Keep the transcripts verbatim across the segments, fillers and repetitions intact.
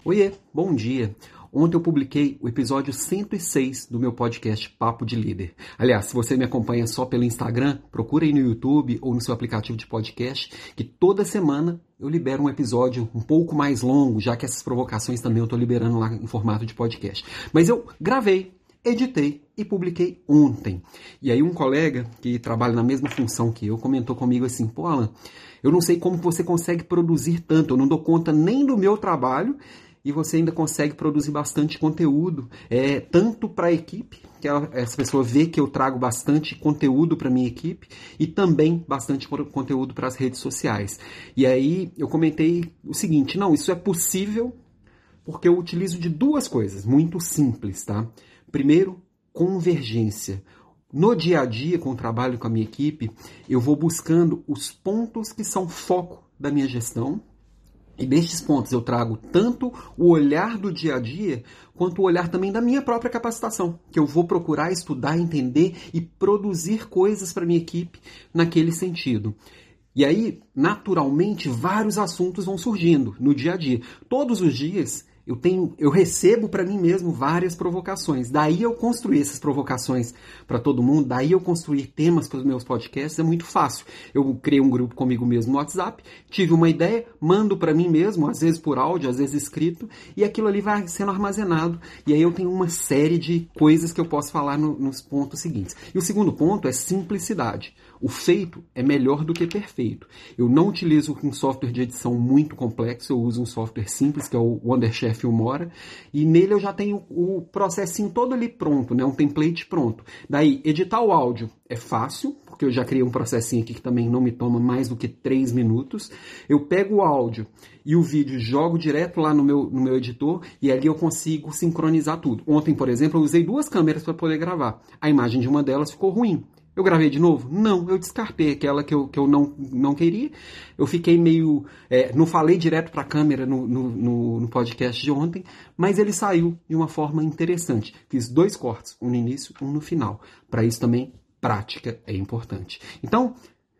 Oiê, bom dia! Ontem eu publiquei o episódio cento e seis do meu podcast Papo de Líder. Aliás, se você me acompanha só pelo Instagram, procura aí no YouTube ou no seu aplicativo de podcast, que toda semana eu libero um episódio um pouco mais longo, já que essas provocações também eu estou liberando lá em formato de podcast. Mas eu gravei, editei e publiquei ontem. E aí um colega que trabalha na mesma função que eu comentou comigo assim, pô Alan, eu não sei como você consegue produzir tanto, eu não dou conta nem do meu trabalho e você ainda consegue produzir bastante conteúdo, é, tanto para a equipe, que ela, essa pessoa vê que eu trago bastante conteúdo para a minha equipe, e também bastante conteúdo para as redes sociais. E aí eu comentei o seguinte, não, isso é possível porque eu utilizo de duas coisas, muito simples, tá? Primeiro, convergência. No dia a dia, com o trabalho com a minha equipe, eu vou buscando os pontos que são foco da minha gestão, e nestes pontos eu trago tanto o olhar do dia a dia, quanto o olhar também da minha própria capacitação, que eu vou procurar estudar, entender e produzir coisas para a minha equipe naquele sentido. E aí, naturalmente, vários assuntos vão surgindo no dia a dia. Todos os dias eu, tenho, eu recebo para mim mesmo várias provocações. Daí eu construir essas provocações para todo mundo, daí eu construir temas para os meus podcasts é muito fácil. Eu criei um grupo comigo mesmo no WhatsApp, tive uma ideia, mando para mim mesmo, às vezes por áudio, às vezes escrito, e aquilo ali vai sendo armazenado. E aí eu tenho uma série de coisas que eu posso falar no, nos pontos seguintes. E o segundo ponto é simplicidade. O feito é melhor do que perfeito. Eu não utilizo um software de edição muito complexo, eu uso um software simples, que é o Wonderchef Filmora, e nele eu já tenho o processinho todo ali pronto, né? Um template pronto. Daí, editar o áudio é fácil, porque eu já criei um processinho aqui que também não me toma mais do que três minutos. Eu pego o áudio e o vídeo, jogo direto lá no meu, no meu editor, e ali eu consigo sincronizar tudo. Ontem, por exemplo, eu usei duas câmeras para poder gravar. A imagem de uma delas ficou ruim. Eu gravei de novo? Não, eu descartei aquela que eu, que eu não, não queria. Eu fiquei meio... É, não falei direto para a câmera no, no, no podcast de ontem, mas ele saiu de uma forma interessante. Fiz dois cortes, um no início e um no final. Para isso também, prática é importante. Então,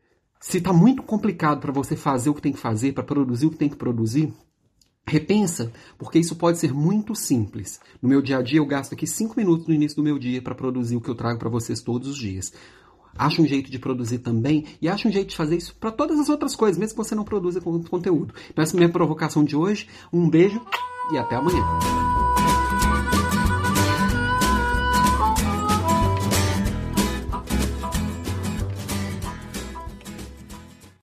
se está muito complicado para você fazer o que tem que fazer, para produzir o que tem que produzir, repensa, porque isso pode ser muito simples. No meu dia a dia, eu gasto aqui cinco minutos no início do meu dia para produzir o que eu trago para vocês todos os dias. Acha um jeito de produzir também e acha um jeito de fazer isso para todas as outras coisas, mesmo que você não produza conteúdo. Então essa é a minha provocação de hoje. Um beijo e até amanhã.